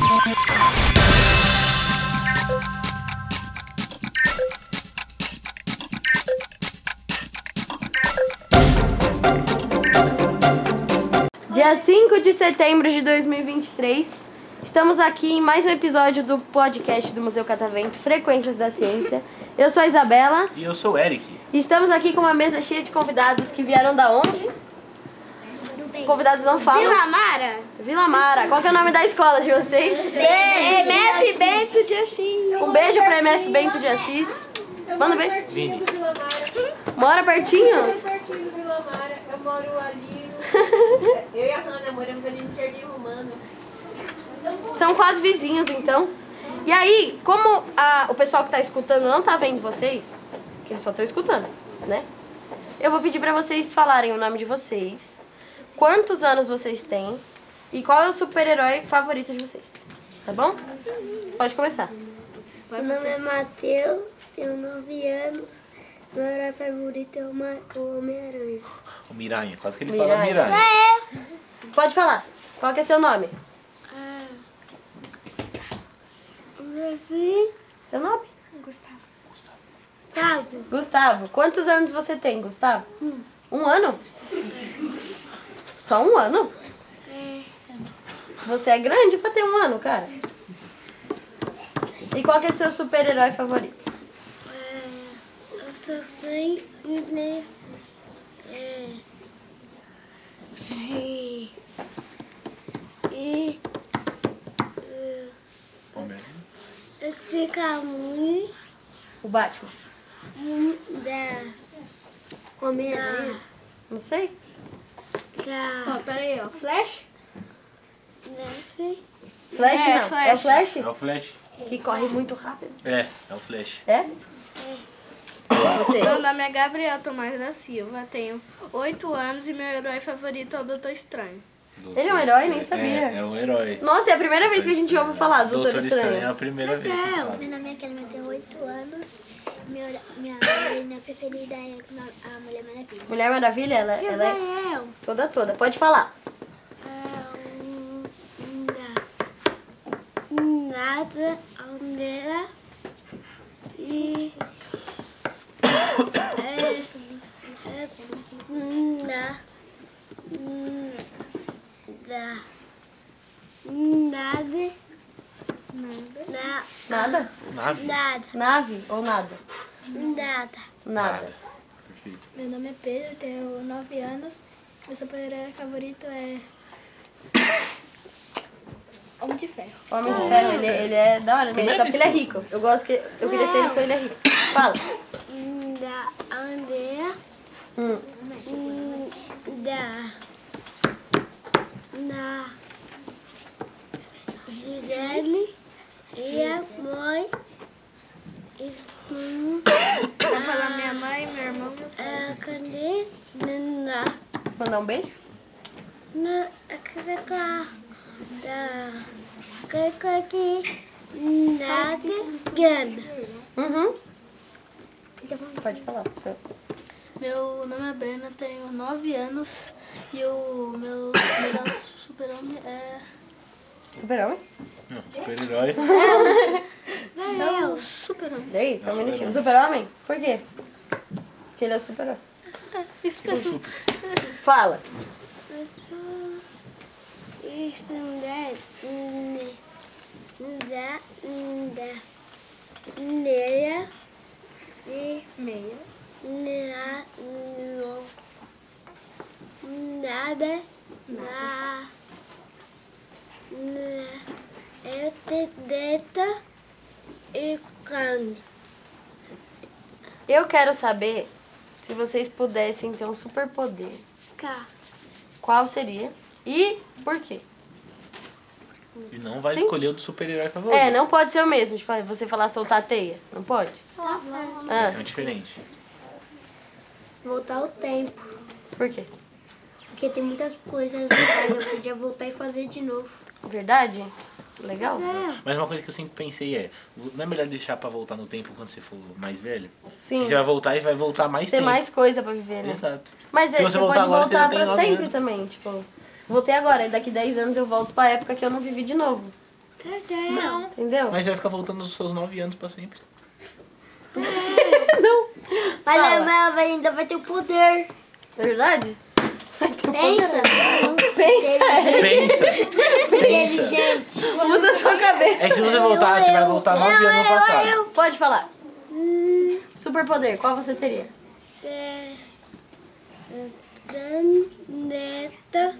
Dia 5 de setembro de 2023, estamos aqui em mais um episódio do podcast do Museu Catavento, Frequências da Ciência. Eu sou a Isabela. E eu sou o Eric. E estamos aqui com uma mesa cheia de convidados que vieram da onde? Convidados não falam. Vila Mara. Vila Mara. Qual que é o nome da escola de vocês? MF Bento de Assis. Um beijo para MF Bento de Assis. Manda um beijo. Vini. Mora pertinho? Pertinho do Vila Mara, eu moro ali. Eu e a Hanna moramos ali no Jardim Romano. São quase vizinhos, então. E aí, como o pessoal que tá escutando não tá vendo vocês, que eles só estão escutando, né? Eu vou pedir pra vocês falarem o nome de vocês, quantos anos vocês têm e qual é o super-herói favorito de vocês. Tá bom? Pode começar. Meu nome é Matheus, tenho 9 anos. Meu herói favorito é o Homem-Aranha. O Miranha, quase que ele Miranha. fala Miranha. Pode falar. Qual que é seu nome? Seu nome? Gustavo. Gustavo. Quantos anos você tem, Gustavo? 1 ano? Só 1 ano? Você é grande pra ter 1 ano, cara. E qual que é seu super-herói favorito? Eu sou bem eu fica muito O Batman. da Homem-Aranha. Não sei. Da Peraí, ó. Flash? Flash não. Flash. É o Flash? É o Flash. Que corre muito rápido. É o Flash. É? Você? Meu nome é Gabriel Tomás da Silva, tenho 8 anos e meu herói favorito é o Doutor Estranho. Ele é um herói? Nem sabia. É um herói. Nossa, é a primeira vez que a gente ouve falar do Doutor Estranho é Estranho. a primeira vez que fala. Meu nome é Kelly, eu tenho 8 anos. Minha heroína preferida é a Mulher Maravilha. Mulher Maravilha, ela é Gabriel. toda. Pode falar. Nada, ondeira e Nada? Nave? Nave ou nada? Nada. Perfeito. Meu nome é Pedro, tenho 9 anos. Meu super-herói favorito é Homem de Ferro. Homem de Ferro, ele é da hora mesmo, só porque ele é rico. Eu queria ser ele porque ele é rico. Fala. Gisele e a mãe Vou falar minha mãe, meu irmão, meu pai. cadê? Mandar um beijo? Uhum. Pode falar. Seu. Meu nome é Brena, tenho 9 anos e o meu melhor super-homem é Super-homem? Não, super-herói. o super-homem. É isso, é um minutinho. Super-homem? Por quê? Porque ele é o super-homem. Isso Ele é mesmo. super. Fala. Meia. Eu te deta e carne. Eu quero saber se vocês pudessem ter um superpoder. Cá. Qual seria? E por quê? E não vai Sim. escolher o do super-herói favorito. É, não pode ser o mesmo. Tipo, você falar soltar a teia. Não pode? Ah, São diferentes. Voltar ao tempo. por quê? Porque tem muitas coisas legais. Eu podia voltar e fazer de novo. Verdade? Legal? Mas uma coisa que eu sempre pensei é, não é melhor deixar pra voltar no tempo quando você for mais velho? Sim. Você vai voltar e vai voltar mais Tem tempo. mais coisa pra viver, né? Exato. Mas Se você você pode voltar agora, voltar você já tem pra 9 sempre anos. também. Tipo, voltei agora, e daqui 10 anos eu volto pra época que eu não vivi de novo. Não. Entendeu? Mas vai ficar voltando os seus 9 anos pra sempre. Não. Mas Fala. ela ainda vai ter o poder. É verdade? Vai ter um Pensa. poder. Pensa. Pensa. Inteligente. Muda a sua cabeça. É que se você voltar, você vai voltar 9 anos no passado. Pode falar. Superpoder, qual você teria? Planeta.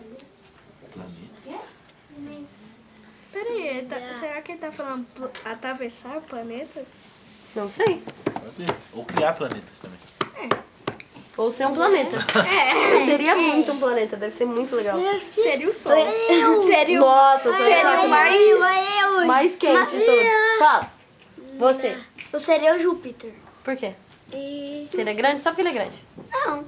Peraí, será que ele tá falando atravessar planetas? Não sei. Pode ser. Ou criar planetas também. Ou ser um planeta. Eu seria muito um planeta, deve ser muito legal. Seria o Sol. Seria o... Nossa, eu sou Seria o mais quente de todos. Fala. Você. Eu seria o Júpiter. Por quê? E... Porque ele é grande? Só porque ele é grande. Não.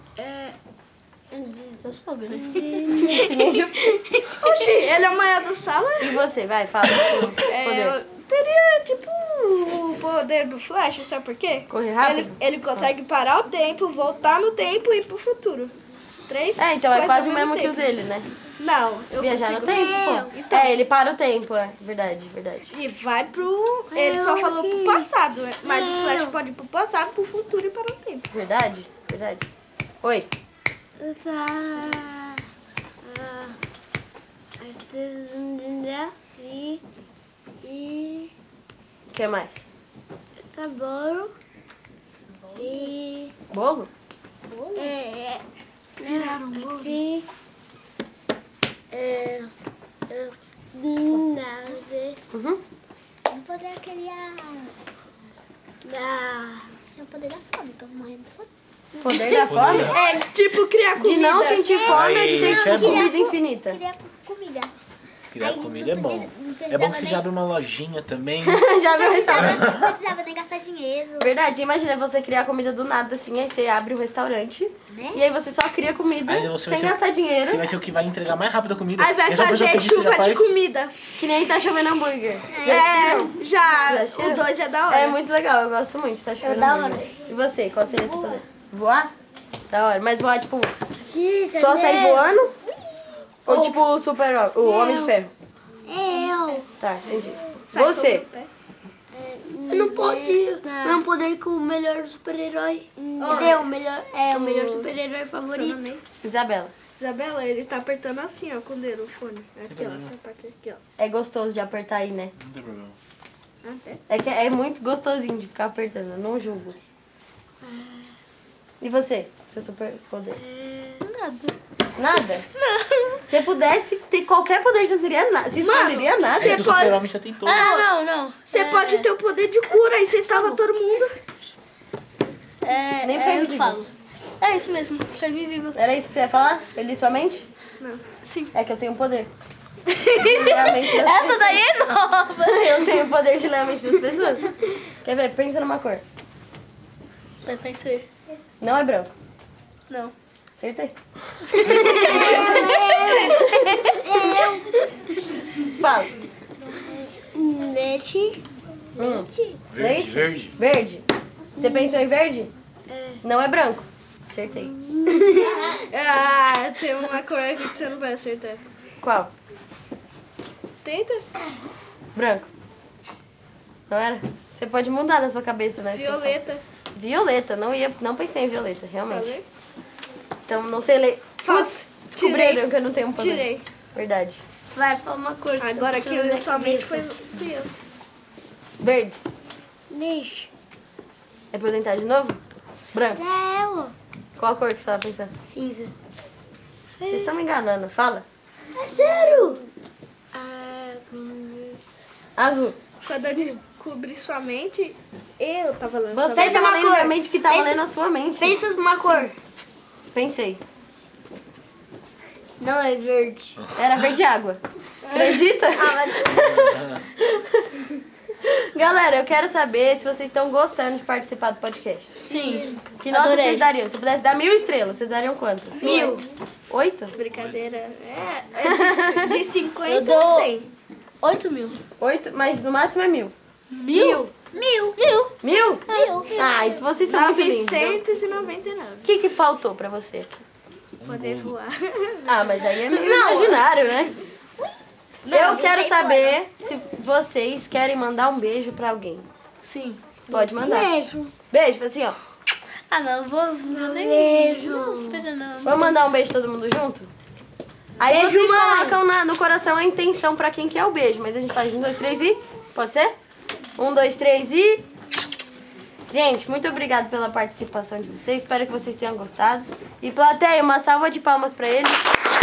Eu sou grande. Que nem Júpiter. Oxi, ele é o maior da sala? E você, vai, fala. Poder. Eu teria, tipo, o poder do Flash, sabe por quê? Correr rápido? Ele consegue parar o tempo, voltar no tempo e ir pro futuro. 3 É, então é coisas quase o ao mesmo que o tempo. dele, né? Não, eu Viajar no consigo. tempo, pô. Então. É, ele para o tempo, é. Verdade, verdade. E vai pro... Ele só falou pro passado, né? Mas o Flash pode ir pro passado, pro futuro e parar o tempo. Verdade, verdade. Oi. E O que mais? sabor e Bolo? viraram um bolo. Sim. Uhum. Não poder criar. Sem o poder da fome, tô morrendo de fome. Poder da fome? É, tipo, criar comida. De não sentir fome ou de ter Isso é bom. comida infinita? Queria comida. Criar Aí comida é não bom. precisava É bom que você nem- já abre uma lojinha também. Já viu o restaurante? Não precisava nem gastar dinheiro. Verdade, imagina você criar comida do nada assim, aí você abre um restaurante e aí você só cria comida Aí você vai sem ser- gastar dinheiro, Você vai ser o que vai entregar mais rápido a comida. Aí vai E essa pessoa fazer pedir, você já chuva de faz. comida. que nem tá chovendo hambúrguer. É, já. Já assistiu? O 2 é da hora. É muito legal, eu gosto muito de tá chovendo da hambúrguer. E você, qual seria esse poder? Voar? Da hora, mas voar tipo, só sair voando? Ou tipo o super o Homem de Ferro? Eu. Tá, entendi. Sai Você, sobre o pé. Eu não pode. Não poder com o melhor super-herói. Entendeu? O melhor super-herói favorito. Isabela, Isabela, ele tá apertando assim, ó, com o dedo, o fone. Aqui, ó, essa parte aqui, ó. é gostoso de apertar aí, né? Não tem problema. Até. É que é muito gostosinho de ficar apertando, eu não julgo. E você, seu super poder? Nada? Não. Se você pudesse ter qualquer poder, você não teria nada. Você escolheria nada? É que o pode- super-homem já tem todo. Não. Você pode ter o poder de cura, aí você salva todo mundo. Nem ficar invisível. falo. É isso mesmo, fica invisível. Era isso que você ia falar? Feliz sua mente? Não. Sim. É que eu tenho poder. De ler a mente das Essa daí é nova. pessoas. Eu tenho o poder de ler a mente das pessoas. Quer ver? Pensa numa cor. Vai pensar. Não é branco. Não. Acertei. Fala. Leite. Verde, Verde, verde. Verde. Você pensou em verde? Não é branco. Acertei. Ah, tem uma cor aqui que você não vai acertar. Qual? Tenta. Branco. Não era? Você pode mudar na sua cabeça, né? Violeta. Violeta. Não pensei em violeta, realmente. Falei? Então não sei ler. Putz, descobriram Tirei. que eu não tenho um poder. Tirei. Verdade. Vai pra uma cor. Agora que eu somente foi eu. Verde. Lixo. É pra eu tentar de novo? Branco. Não. Qual a cor que você tava pensando? Cinza. Vocês estão me enganando. Fala. É sério? Azul. Quando eu descobri sua mente, eu tava lendo. Você Pensa tava uma lendo cor. minha mente que tava Pensa- lendo a sua mente. Pensa numa cor. Pensei. Não é verde. Era verde água. Acredita? Galera, eu quero saber se vocês estão gostando de participar do podcast. Sim. Que nota Adorei. vocês dariam? Se pudesse dar 1000 estrelas, vocês dariam quantas? 1000. 8? Brincadeira. É de 50 Eu dou- a 100. 8.000. 8, mas no máximo é 1000. 1.000. 1.000. 1000? Ah, então vocês são muito lindos. 999. O que faltou pra você? Poder voar. Ah, mas aí é meio imaginário, né? Eu quero saber se vocês querem mandar um beijo pra alguém. Sim. Pode mandar. Beijo. Beijo, assim, ó. Ah, não vou nem... Beijo. Não. Vamos mandar um beijo todo mundo junto? Aí Beijo, vocês mãe. colocam no coração a intenção pra quem quer o beijo. Mas a gente faz 1, 2, 3 e... Pode ser? 1, 2, 3 e... Gente, muito obrigada pela participação de vocês. Espero que vocês tenham gostado. E plateia, uma salva de palmas pra eles.